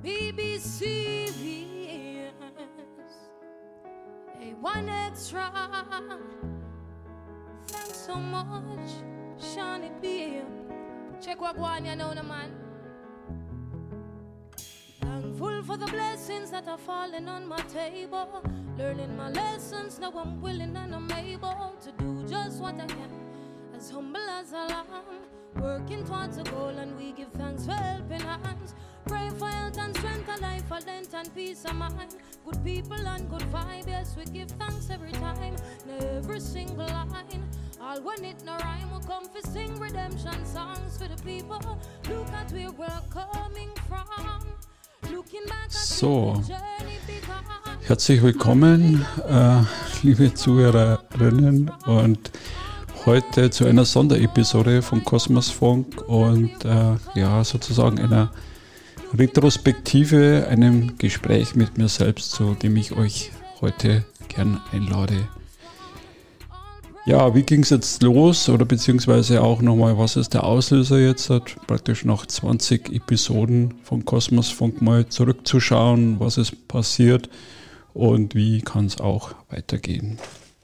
EBCVS, A1 Extra. Thanks so much, Shawnee B. Check what one you know, the man. Thankful for the blessings that are falling on my table. Learning my lessons, now I'm willing and I'm able to do just what I can. As humble as I am, working towards a goal, and we give thanks for helping hands. Pray for health and strength, a life, a length and peace of mind. Good people and good vibe, yes, we give thanks every time. Now every single line, all when it no rhyme, we come for sing redemption songs for the people. Look at where we're coming from. So, herzlich willkommen, liebe Zuhörerinnen, und heute zu einer Sonderepisode von Kosmosfunk und sozusagen einer Retrospektive, einem Gespräch mit mir selbst, zu dem ich euch heute gern einlade. Ja, wie ging es jetzt los, oder beziehungsweise auch nochmal, was ist der Auslöser jetzt, praktisch nach 20 Episoden von Kosmosfunk mal zurückzuschauen, was ist passiert und wie kann es auch weitergehen.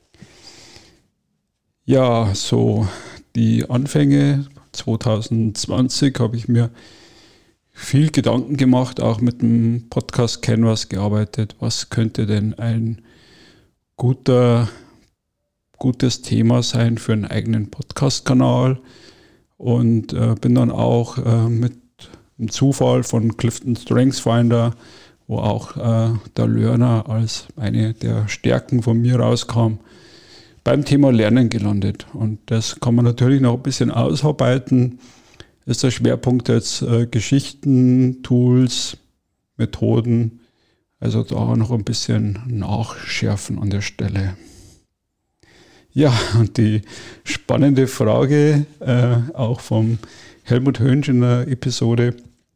Ja, so die Anfänge 2020 habe ich mir viel Gedanken gemacht, auch mit dem Podcast Canvas gearbeitet. Was könnte denn ein gutes Thema sein für einen eigenen Podcast-Kanal, und bin dann auch mit dem Zufall von Clifton StrengthsFinder, wo auch der Learner als eine der Stärken von mir rauskam, beim Thema Lernen gelandet. Und das kann man natürlich noch ein bisschen ausarbeiten. Ist der Schwerpunkt jetzt Geschichten, Tools, Methoden, also da noch ein bisschen nachschärfen an der Stelle. Ja, und die spannende Frage, auch vom Helmut Hönsch in der Episode,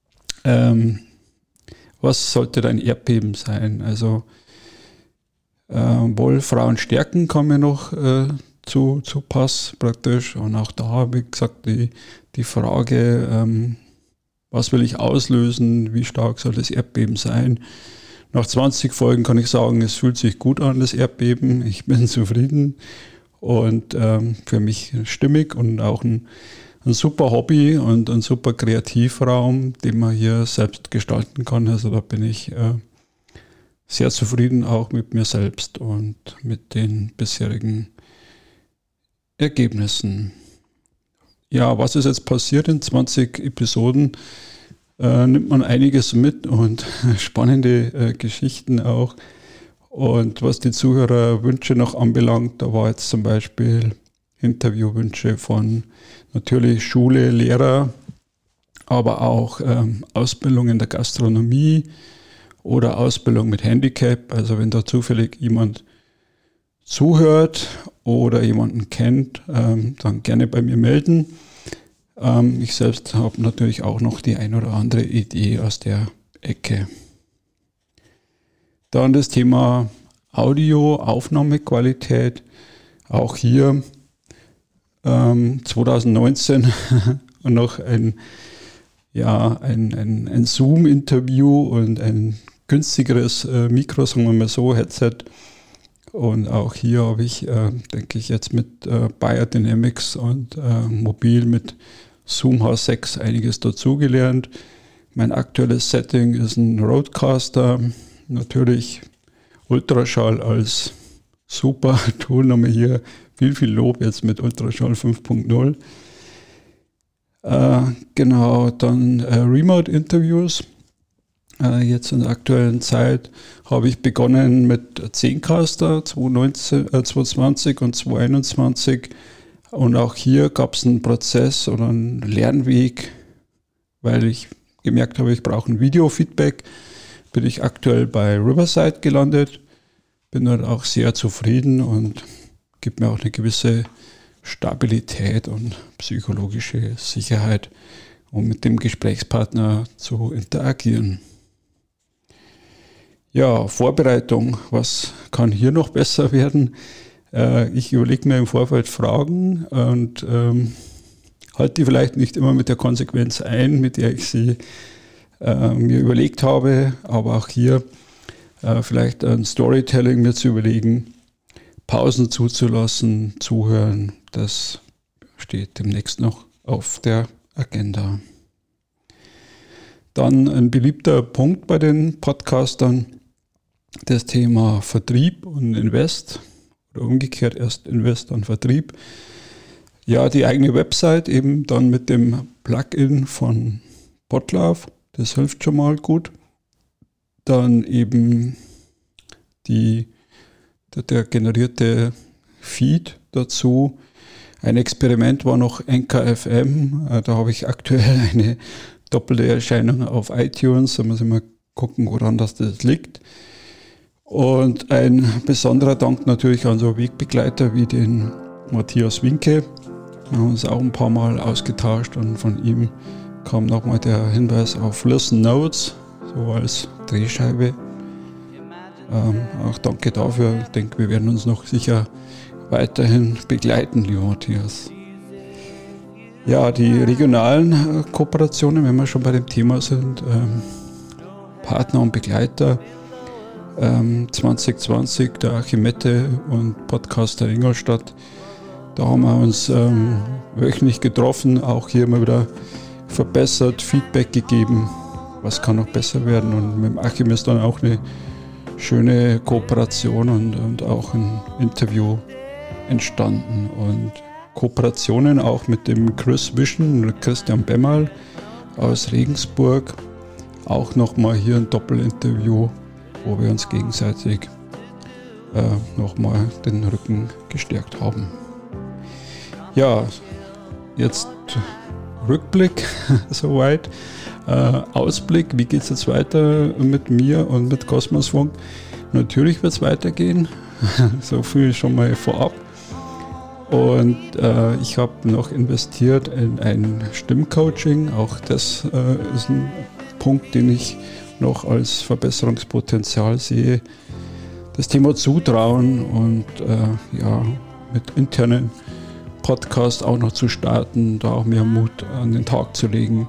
was sollte dein Erdbeben sein? Also Frauen stärken kam mir noch zu Pass praktisch, und auch da, wie gesagt, die Frage, was will ich auslösen, wie stark soll das Erdbeben sein? Nach 20 Folgen kann ich sagen, es fühlt sich gut an, das Erdbeben, ich bin zufrieden. Und für mich stimmig und auch ein super Hobby und ein super Kreativraum, den man hier selbst gestalten kann. Also da bin ich sehr zufrieden auch mit mir selbst und mit den bisherigen Ergebnissen. Ja, was ist jetzt passiert in 20 Episoden? Nimmt man einiges mit und spannende Geschichten auch. Und was die Zuhörerwünsche noch anbelangt, da war jetzt zum Beispiel Interviewwünsche von natürlich Schule, Lehrer, aber auch Ausbildung in der Gastronomie oder Ausbildung mit Handicap. Also wenn da zufällig jemand zuhört oder jemanden kennt, dann gerne bei mir melden. Ich selbst habe natürlich auch noch die ein oder andere Idee aus der Ecke. Dann das Thema Audio, Aufnahmequalität. Auch hier 2019 noch ein Zoom-Interview und ein günstigeres Mikro, sagen wir mal so, Headset. Und auch hier habe ich, denke ich, jetzt mit Beyerdynamics und mobil mit Zoom H6 einiges dazugelernt. Mein aktuelles Setting ist ein Rodecaster. Natürlich Ultraschall als super Tool, nochmal hier viel Lob jetzt mit Ultraschall 5.0. Genau, dann Remote-Interviews. Jetzt in der aktuellen Zeit habe ich begonnen mit Zencastr 2020 und 2021, und auch hier gab es einen Prozess oder einen Lernweg, weil ich gemerkt habe, ich brauche ein Video-Feedback. Bin ich aktuell bei Riverside gelandet, bin dort auch sehr zufrieden und gibt mir auch eine gewisse Stabilität und psychologische Sicherheit, um mit dem Gesprächspartner zu interagieren. Ja, Vorbereitung, was kann hier noch besser werden? Ich überlege mir im Vorfeld Fragen und halte die vielleicht nicht immer mit der Konsequenz ein, mit der ich sie mir überlegt habe, aber auch hier vielleicht ein Storytelling mir zu überlegen, Pausen zuzulassen, zuhören, das steht demnächst noch auf der Agenda. Dann ein beliebter Punkt bei den Podcastern, das Thema Vertrieb und Invest oder umgekehrt erst Invest, dann Vertrieb. Ja, die eigene Website eben dann mit dem Plugin von Podlove, das hilft schon mal gut. Dann eben der generierte Feed dazu. Ein Experiment war noch Anchor FM, da habe ich aktuell eine doppelte Erscheinung auf iTunes, da muss ich mal gucken, woran das liegt. Und ein besonderer Dank natürlich an so Wegbegleiter wie den Matthias Winke. Wir haben uns auch ein paar Mal ausgetauscht und von ihm kam nochmal der Hinweis auf Listen Notes, so als Drehscheibe. Auch danke dafür. Ich denke, wir werden uns noch sicher weiterhin begleiten, lieber Matthias. Ja, die regionalen Kooperationen, wenn wir schon bei dem Thema sind, Partner und Begleiter, 2020 der Archimette und Podcaster Ingolstadt. Da haben wir uns wöchentlich getroffen, auch hier immer wieder verbessert, Feedback gegeben, was kann noch besser werden. Und mit dem Achim ist dann auch eine schöne Kooperation und auch ein Interview entstanden. Und Kooperationen auch mit dem Chris Vision und Christian Bemmerl aus Regensburg. Auch nochmal hier ein Doppelinterview, wo wir uns gegenseitig nochmal den Rücken gestärkt haben. Ja, jetzt Rückblick soweit. Ausblick, wie geht es jetzt weiter mit mir und mit Kosmosfunk? Natürlich wird es weitergehen, so viel schon mal vorab. Und ich habe noch investiert in ein Stimmcoaching, auch das ist ein Punkt, den ich noch als Verbesserungspotenzial sehe. Das Thema Zutrauen und mit internen Podcast auch noch zu starten, da auch mehr Mut an den Tag zu legen.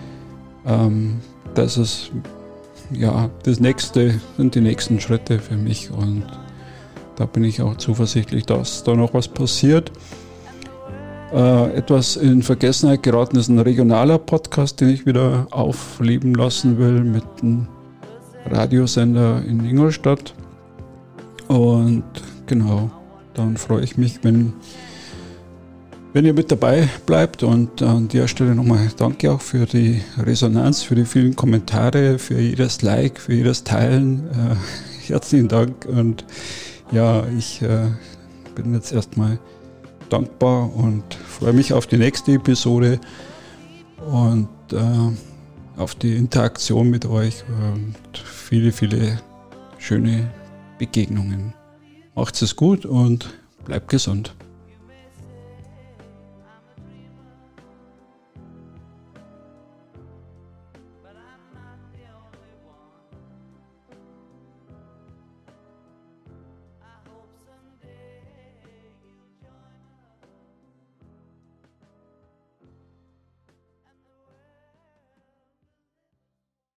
Das ist das nächste, sind die nächsten Schritte für mich und da bin ich auch zuversichtlich, dass da noch was passiert. Etwas in Vergessenheit geraten ist ein regionaler Podcast, den ich wieder aufleben lassen will mit einem Radiosender in Ingolstadt. Und genau, dann freue ich mich, wenn ihr mit dabei bleibt, und an der Stelle nochmal danke auch für die Resonanz, für die vielen Kommentare, für jedes Like, für jedes Teilen. Herzlichen Dank, und ja, ich bin jetzt erstmal dankbar und freue mich auf die nächste Episode und auf die Interaktion mit euch und viele, viele schöne Begegnungen. Macht's es gut und bleibt gesund.